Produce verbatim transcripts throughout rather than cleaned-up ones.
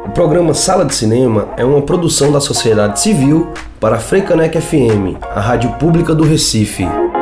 O programa Sala de Cinema é uma produção da sociedade civil para a Freicaneca F M, a rádio pública do Recife.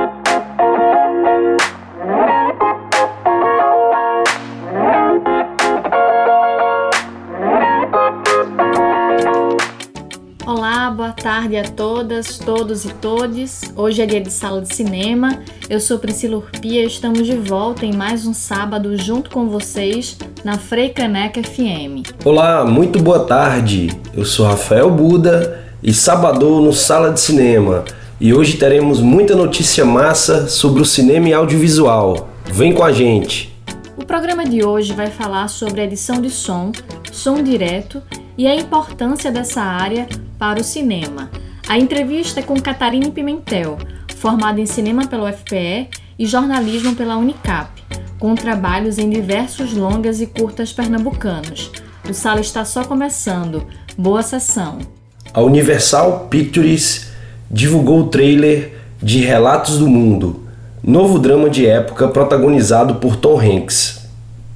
Olá, boa tarde a todas, todos e todes. Hoje é dia de Sala de Cinema. Eu sou Priscila Urpia e estamos de volta em mais um sábado junto com vocês na Freicaneca F M. Olá, muito boa tarde. Eu sou Rafael Buda e sabadou no Sala de Cinema. E hoje teremos muita notícia massa sobre o cinema e audiovisual. Vem com a gente! O programa de hoje vai falar sobre edição de som, som direto e a importância dessa área para o cinema. A entrevista é com Catarine Pimentel, formada em cinema pela U F P E e jornalismo pela Unicap, com trabalhos em diversos longas e curtas pernambucanos. O Sala está só começando. Boa sessão! A Universal Pictures divulgou o trailer de Relatos do Mundo, novo drama de época protagonizado por Tom Hanks.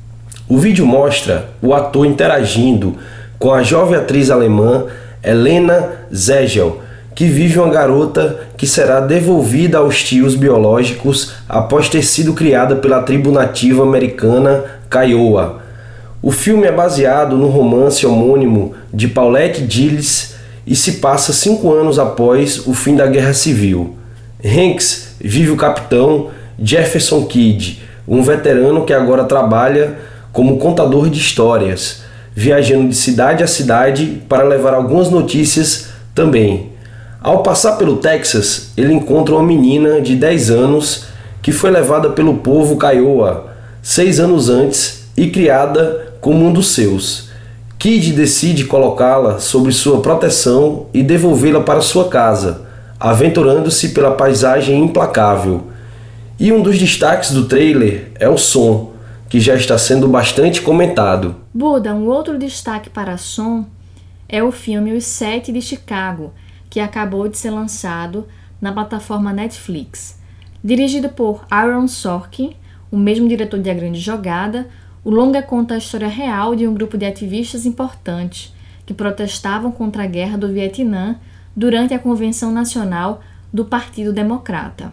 O vídeo mostra o ator interagindo com a jovem atriz alemã Helena Zegel, que vive uma garota que será devolvida aos tios biológicos após ter sido criada pela tribo nativa americana Kiowa. O filme é baseado no romance homônimo de Paulette Gillis e se passa cinco anos após o fim da Guerra Civil. Hanks vive o capitão Jefferson Kidd, um veterano que agora trabalha como contador de histórias, viajando de cidade a cidade para levar algumas notícias também. Ao passar pelo Texas, ele encontra uma menina de dez anos que foi levada pelo povo Kiowa seis anos antes e criada como um dos seus. Kidd decide colocá-la sob sua proteção e devolvê-la para sua casa, aventurando-se pela paisagem implacável. E um dos destaques do trailer é o som, que já está sendo bastante comentado. Buda, um outro destaque para som é o filme Os Sete de Chicago, que acabou de ser lançado na plataforma Netflix. Dirigido por Aaron Sorkin, o mesmo diretor de A Grande Jogada, o longa conta a história real de um grupo de ativistas importantes que protestavam contra a guerra do Vietnã durante a Convenção Nacional do Partido Democrata.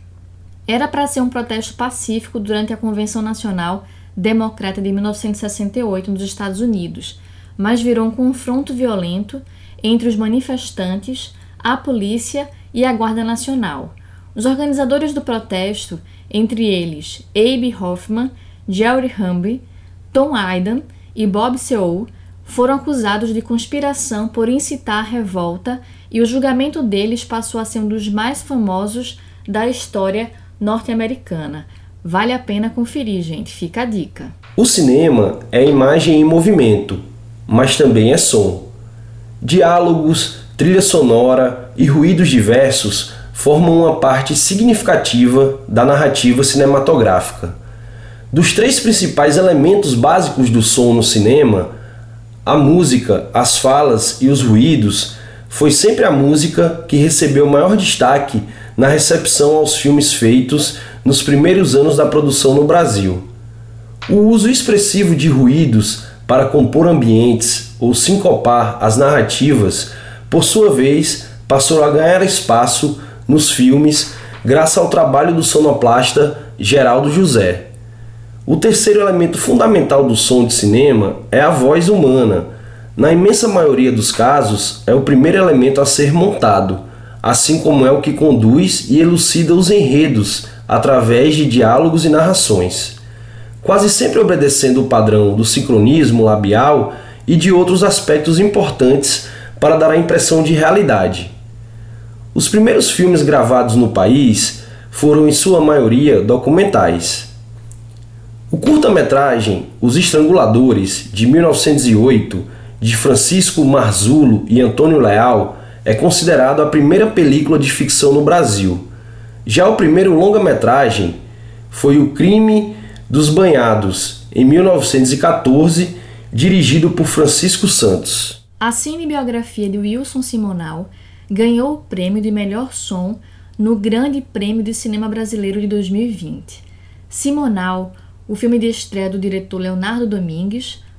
Era para ser um protesto pacífico durante a Convenção Nacional Democrata de mil novecentos e sessenta e oito nos Estados Unidos, mas virou um confronto violento entre os manifestantes, a polícia e a Guarda Nacional. Os organizadores do protesto, entre eles Abe Hoffman, Jerry Humby, Tom Hayden e Bob Seol, foram acusados de conspiração por incitar a revolta e o julgamento deles passou a ser um dos mais famosos da história norte-americana. Vale a pena conferir, gente. Fica a dica. O cinema é imagem em movimento, mas também é som. Diálogos, trilha sonora e ruídos diversos formam uma parte significativa da narrativa cinematográfica. Dos três principais elementos básicos do som no cinema, a música, as falas e os ruídos, foi sempre a música que recebeu maior destaque na recepção aos filmes feitos nos primeiros anos da produção no Brasil. O uso expressivo de ruídos para compor ambientes ou sincopar as narrativas, por sua vez, passou a ganhar espaço nos filmes graças ao trabalho do sonoplasta Geraldo José. O terceiro elemento fundamental do som de cinema é a voz humana. Na imensa maioria dos casos, é o primeiro elemento a ser montado, assim como é o que conduz e elucida os enredos através de diálogos e narrações, quase sempre obedecendo o padrão do sincronismo labial e de outros aspectos importantes para dar a impressão de realidade. Os primeiros filmes gravados no país foram, em sua maioria, documentais. O curta-metragem Os Estranguladores, de mil novecentos e oito, de Francisco Marzullo e Antônio Leal, é considerado a primeira película de ficção no Brasil. Já o primeiro longa-metragem foi O Crime dos Banhados, em mil novecentos e catorze, dirigido por Francisco Santos. A cinebiografia de Wilson Simonal ganhou o prêmio de melhor som no Grande Prêmio de Cinema Brasileiro de dois mil e vinte. Simonal, o filme de estreia do diretor Leonardo Domingues,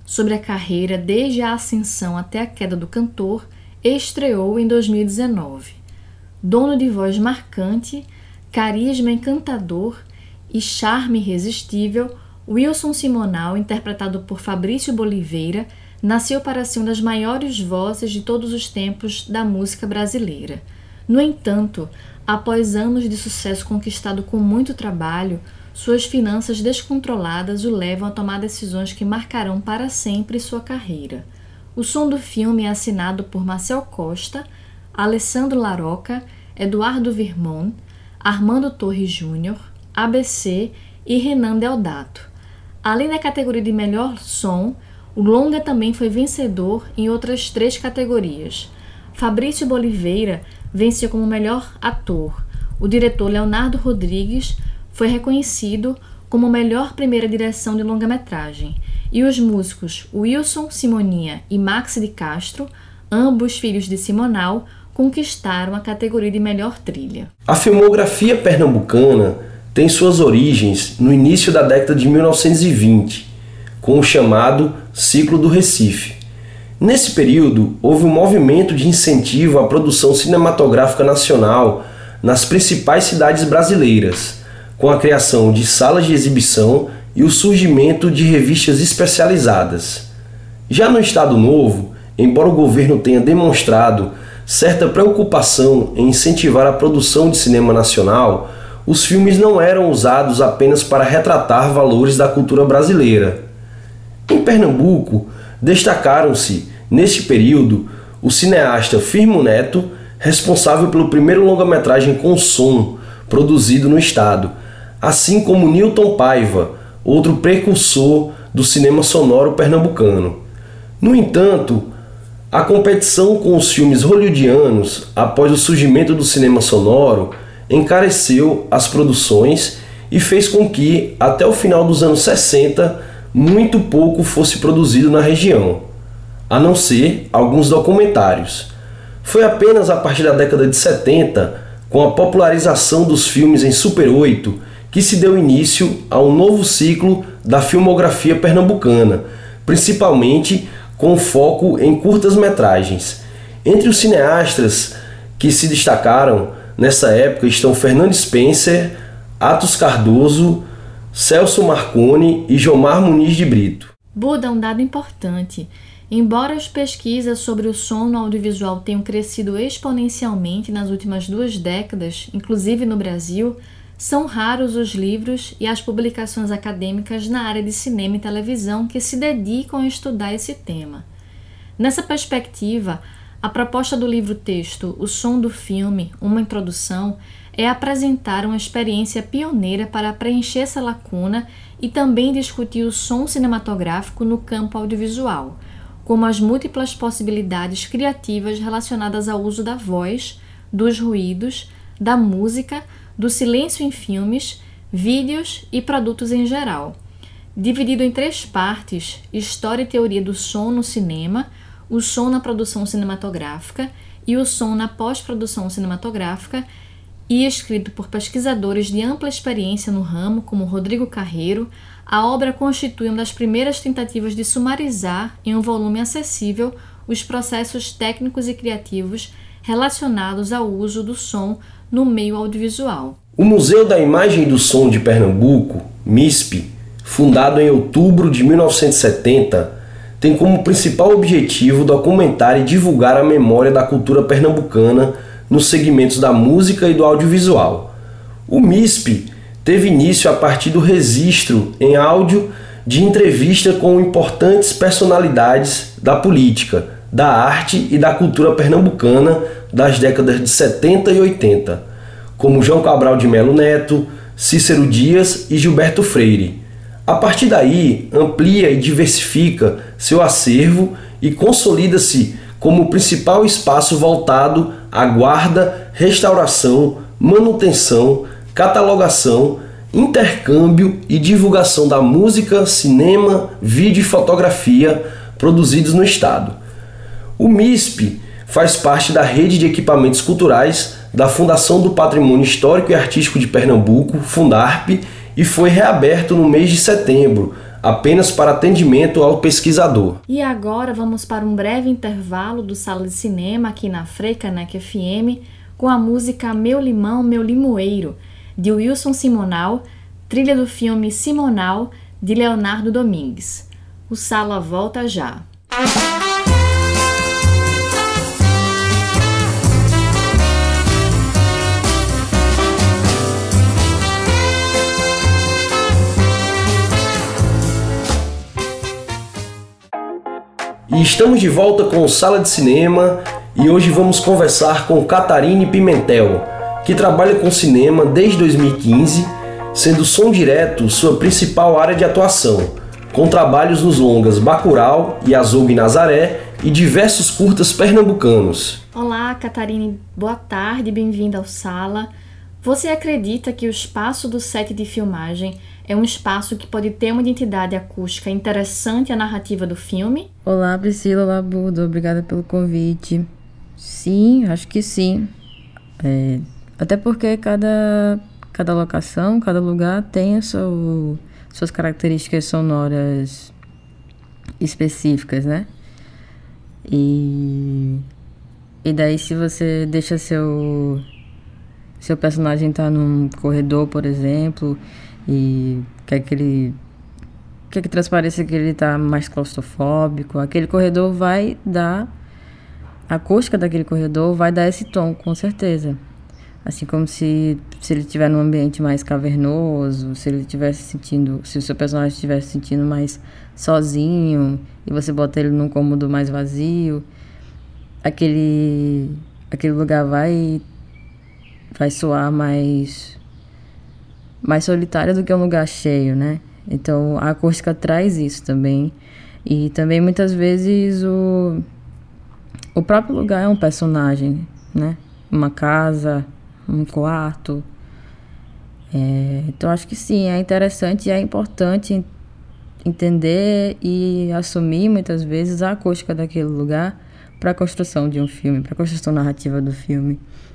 sobre a carreira desde a ascensão até a queda do cantor, estreou em dois mil e dezenove. Dono de voz marcante, carisma encantador e charme irresistível, Wilson Simonal, interpretado por Fabrício Boliveira, nasceu para ser uma das maiores vozes de todos os tempos da música brasileira. No entanto, após anos de sucesso conquistado com muito trabalho, suas finanças descontroladas o levam a tomar decisões que marcarão para sempre sua carreira. O som do filme é assinado por Marcel Costa, Alessandro Laroca, Eduardo Virmont, Armando Torres Júnior, A B C e Renan Deodato. Além da categoria de melhor som, o longa também foi vencedor em outras três categorias. Fabrício Boliveira venceu como melhor ator. O diretor Leonardo Rodrigues foi reconhecido como melhor primeira direção de longa-metragem. E os músicos Wilson Simoninha e Max de Castro, ambos filhos de Simonal, conquistaram a categoria de melhor trilha. A filmografia pernambucana tem suas origens no início da década de mil novecentos e vinte, com o chamado Ciclo do Recife. Nesse período, houve um movimento de incentivo à produção cinematográfica nacional nas principais cidades brasileiras, com a criação de salas de exibição e o surgimento de revistas especializadas. Já no Estado Novo, embora o governo tenha demonstrado certa preocupação em incentivar a produção de cinema nacional, os filmes não eram usados apenas para retratar valores da cultura brasileira. Em Pernambuco, destacaram-se, neste período, o cineasta Firmo Neto, responsável pelo primeiro longa-metragem com som produzido no estado, assim como Nilton Paiva, outro precursor do cinema sonoro pernambucano. No entanto, a competição com os filmes hollywoodianos, após o surgimento do cinema sonoro, encareceu as produções e fez com que, até o final dos anos sessenta, muito pouco fosse produzido na região, a não ser alguns documentários. Foi apenas a partir da década de setenta, com a popularização dos filmes em Super oito, que se deu início a um novo ciclo da filmografia pernambucana, principalmente com foco em curtas-metragens. Entre os cineastas que se destacaram nessa época estão Fernando Spencer, Atos Cardoso, Celso Marconi e Jomar Muniz de Brito. Buda, um dado importante. Embora as pesquisas sobre o som no audiovisual tenham crescido exponencialmente nas últimas duas décadas, inclusive no Brasil, são raros os livros e as publicações acadêmicas na área de cinema e televisão que se dedicam a estudar esse tema. Nessa perspectiva, a proposta do livro-texto O Som do Filme, uma introdução, é apresentar uma experiência pioneira para preencher essa lacuna e também discutir o som cinematográfico no campo audiovisual, como as múltiplas possibilidades criativas relacionadas ao uso da voz, dos ruídos, da música, do silêncio em filmes, vídeos e produtos em geral. Dividido em três partes, História e Teoria do Som no Cinema, o som na produção cinematográfica e o som na pós-produção cinematográfica, e escrito por pesquisadores de ampla experiência no ramo, como Rodrigo Carreiro, a obra constitui uma das primeiras tentativas de sumarizar, em um volume acessível, os processos técnicos e criativos relacionados ao uso do som no meio audiovisual. O Museu da Imagem e do Som de Pernambuco, MISP, fundado em outubro de mil novecentos e setenta, tem como principal objetivo documentar e divulgar a memória da cultura pernambucana nos segmentos da música e do audiovisual. O MISP teve início a partir do registro em áudio de entrevista com importantes personalidades da política, da arte e da cultura pernambucana das décadas de setenta e oitenta, como João Cabral de Melo Neto, Cícero Dias e Gilberto Freire. A partir daí, amplia e diversifica seu acervo e consolida-se como o principal espaço voltado à guarda, restauração, manutenção, catalogação, intercâmbio e divulgação da música, cinema, vídeo e fotografia produzidos no Estado. O MISP faz parte da rede de equipamentos culturais da Fundação do Patrimônio Histórico e Artístico de Pernambuco, Fundarp, e foi reaberto no mês de setembro, apenas para atendimento ao pesquisador. E agora vamos para um breve intervalo do Sala de Cinema aqui na Freicaneca F M com a música Meu Limão, Meu Limoeiro, de Wilson Simonal, trilha do filme Simonal, de Leonardo Domingues. O Sala volta já. E estamos de volta com o Sala de Cinema e hoje vamos conversar com Catarine Pimentel, que trabalha com cinema desde dois mil e quinze, sendo som direto sua principal área de atuação, com trabalhos nos longas Bacurau e Azougue Nazaré e diversos curtas pernambucanos. Olá, Catarine, boa tarde, bem-vinda ao Sala. Você acredita que o espaço do set de filmagem é um espaço que pode ter uma identidade acústica interessante à narrativa do filme? Olá, Priscila, olá, Budo, obrigada pelo convite. Sim, acho que sim. É, até porque cada, cada locação, cada lugar tem a sua, suas características sonoras específicas, né? E, e daí se você deixa seu... Seu personagem tá num corredor, por exemplo, e quer que ele quer que transpareça que ele tá mais claustrofóbico, aquele corredor vai dar, a acústica daquele corredor vai dar esse tom, com certeza. Assim como se, se ele estiver num ambiente mais cavernoso, se ele estivesse sentindo, se o seu personagem estivesse sentindo mais sozinho, e você bota ele num cômodo mais vazio, aquele, aquele lugar vai... vai soar mais, mais solitário do que um lugar cheio, né? Então, a acústica traz isso também. E também, muitas vezes, o, o próprio lugar é um personagem, né? Uma casa, um quarto. É, então, acho que sim, é interessante e é importante entender e assumir, muitas vezes, a acústica daquele lugar para a construção de um filme, para a construção narrativa do filme.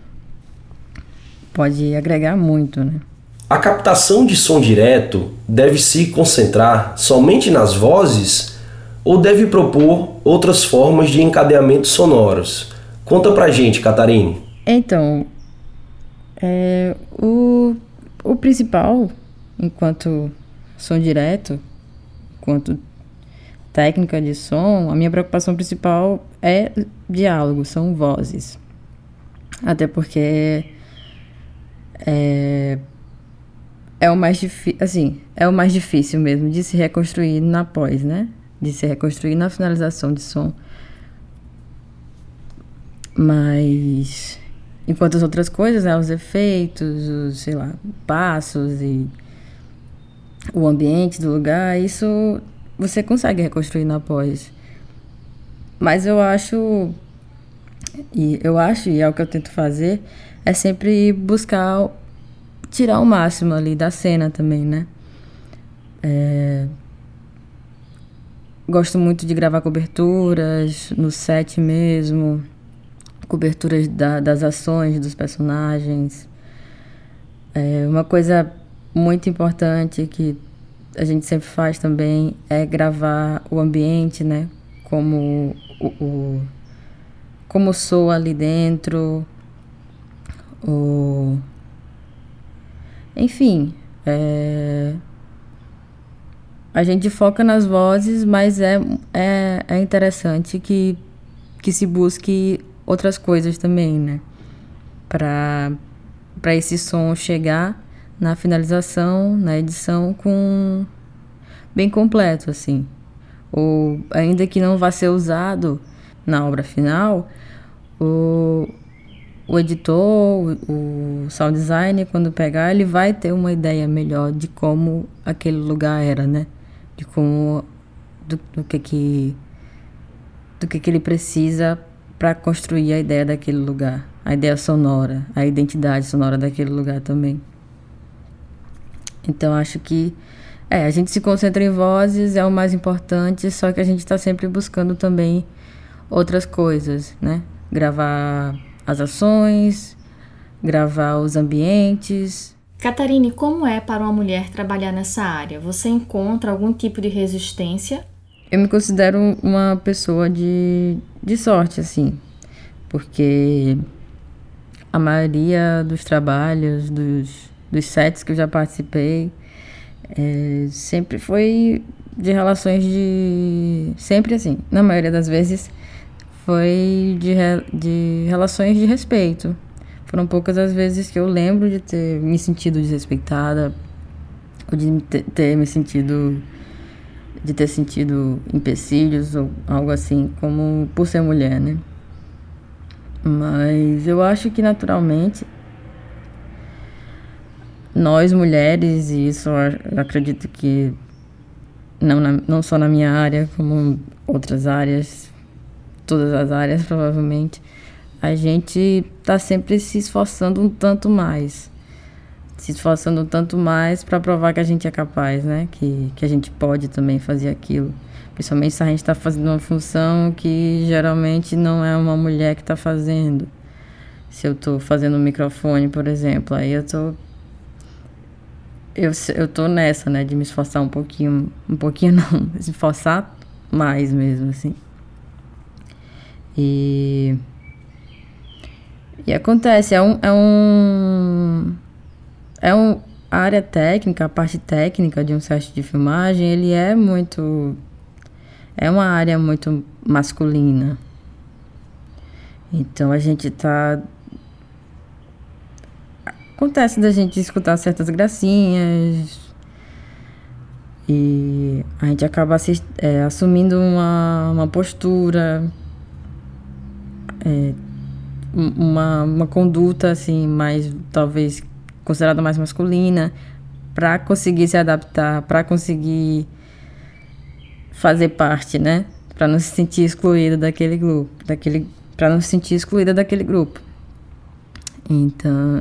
Pode agregar muito, né? A captação de som direto deve se concentrar somente nas vozes ou deve propor outras formas de encadeamento sonoros? Conta pra gente, Catarine. Então, é, o, o principal, enquanto som direto, enquanto técnica de som, a minha preocupação principal é diálogo, são vozes. Até porque... É, é o mais difícil, assim, é o mais difícil mesmo de se reconstruir na pós, né? De se reconstruir na finalização de som. Mas, enquanto as outras coisas, né? Os efeitos, os, sei lá, passos e o ambiente do lugar, isso você consegue reconstruir na pós. Mas eu acho, e eu acho, e é o que eu tento fazer, é sempre buscar tirar o máximo ali da cena também, né? É... Gosto muito de gravar coberturas no set mesmo, coberturas da, das ações dos personagens. É uma coisa muito importante que a gente sempre faz também é gravar o ambiente, né? Como o, o como soa ali dentro. O... Enfim, é... a gente foca nas vozes, mas é, é, é interessante que, que se busque outras coisas também, né? Para para esse som chegar na finalização, na edição, com bem completo, assim. Ou ainda que não vá ser usado na obra final, o O editor, o sound designer, quando pegar, ele vai ter uma ideia melhor de como aquele lugar era, né? De como, do, do que que, do que que ele precisa para construir a ideia daquele lugar, a ideia sonora, a identidade sonora daquele lugar também. Então, acho que é, a gente se concentra em vozes, é o mais importante, só que a gente está sempre buscando também outras coisas, né? Gravar as ações, gravar os ambientes. Catarine, como é para uma mulher trabalhar nessa área? Você encontra algum tipo de resistência? Eu me considero uma pessoa de, de sorte, assim, porque a maioria dos trabalhos, dos, dos sets que eu já participei, é, sempre foi de relações de... Sempre assim, na maioria das vezes, foi de, de relações de respeito. Foram poucas as vezes que eu lembro de ter me sentido desrespeitada, ou de ter, ter me sentido... de ter sentido empecilhos ou algo assim, como por ser mulher, né? Mas eu acho que naturalmente nós mulheres, e isso eu acredito que não, na, não só na minha área, como outras áreas, todas as áreas provavelmente, a gente tá sempre se esforçando um tanto mais. Se esforçando um tanto mais para provar que a gente é capaz, né? Que, que a gente pode também fazer aquilo. Principalmente se a gente está fazendo uma função que geralmente não é uma mulher que está fazendo. Se eu estou fazendo um microfone, por exemplo, aí eu tô... Eu, eu tô nessa, né? De me esforçar um pouquinho... Um pouquinho não, me esforçar mais mesmo, assim. E... E acontece, é um... É um É um, a área técnica, a parte técnica de um set de filmagem, ele é muito... É uma área muito masculina. Então a gente tá... Acontece da gente escutar certas gracinhas e a gente acaba assist, é, assumindo uma, uma postura, é, uma, uma conduta assim, mais talvez... considerada mais masculina, para conseguir se adaptar, para conseguir fazer parte, né? Para não se sentir excluída daquele grupo, daquele, para não se sentir excluída daquele grupo. Então,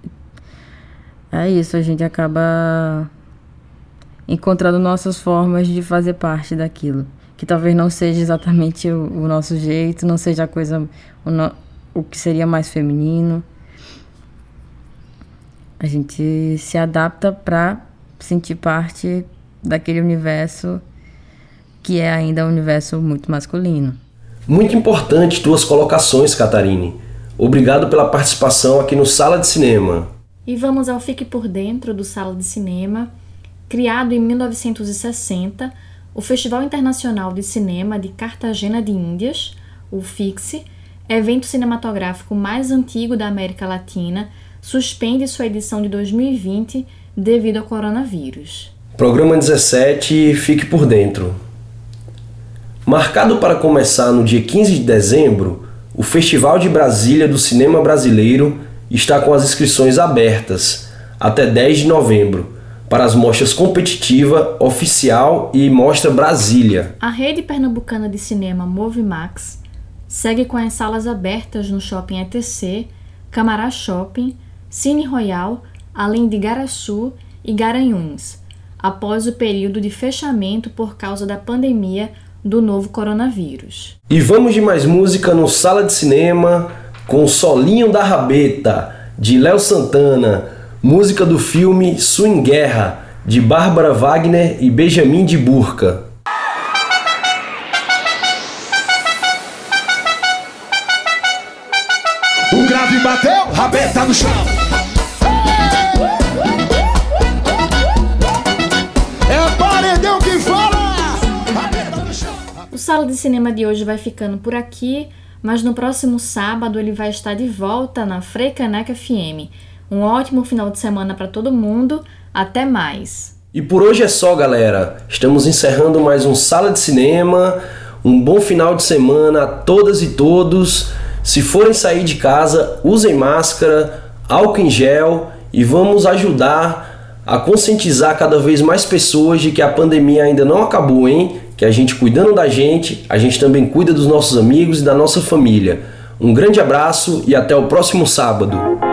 é isso, a gente acaba encontrando nossas formas de fazer parte daquilo, que talvez não seja exatamente o, o nosso jeito, não seja a coisa, o, no, o que seria mais feminino. A gente se adapta para sentir parte daquele universo que é ainda um universo muito masculino. Muito importante tuas colocações, Catarine. Obrigado pela participação aqui no Sala de Cinema. E vamos ao Fique por Dentro do Sala de Cinema. Criado em mil novecentos e sessenta, o Festival Internacional de Cinema de Cartagena de Índias, o FICSI, evento cinematográfico mais antigo da América Latina, suspende sua edição de dois mil e vinte devido ao coronavírus. Programa dezessete, Fique por Dentro. Marcado para começar no dia quinze de dezembro, o Festival de Brasília do Cinema Brasileiro está com as inscrições abertas até dez de novembro para as mostras Competitiva, Oficial e Mostra Brasília. A rede pernambucana de cinema Movimax segue com as salas abertas no Shopping E T C, Camará Shopping, Cine Royal, além de Garaçu e Garanhuns, após o período de fechamento por causa da pandemia do novo coronavírus. E vamos de mais música no Sala de Cinema com o Solinho da Rabeta, de Léo Santana, música do filme Swing Guerra, de Bárbara Wagner e Benjamin de Burca. O grave bateu, rabeta no chão. É paredão que fala. Rabeta no chão. O Sala de Cinema de hoje vai ficando por aqui, mas no próximo sábado ele vai estar de volta na Freicaneca F M. Um ótimo final de semana para todo mundo. Até mais. E por hoje é só, galera. Estamos encerrando mais um Sala de Cinema. Um bom final de semana a todas e todos. Se forem sair de casa, usem máscara, álcool em gel e vamos ajudar a conscientizar cada vez mais pessoas de que a pandemia ainda não acabou, hein? Que a gente cuidando da gente, a gente também cuida dos nossos amigos e da nossa família. Um grande abraço e até o próximo sábado.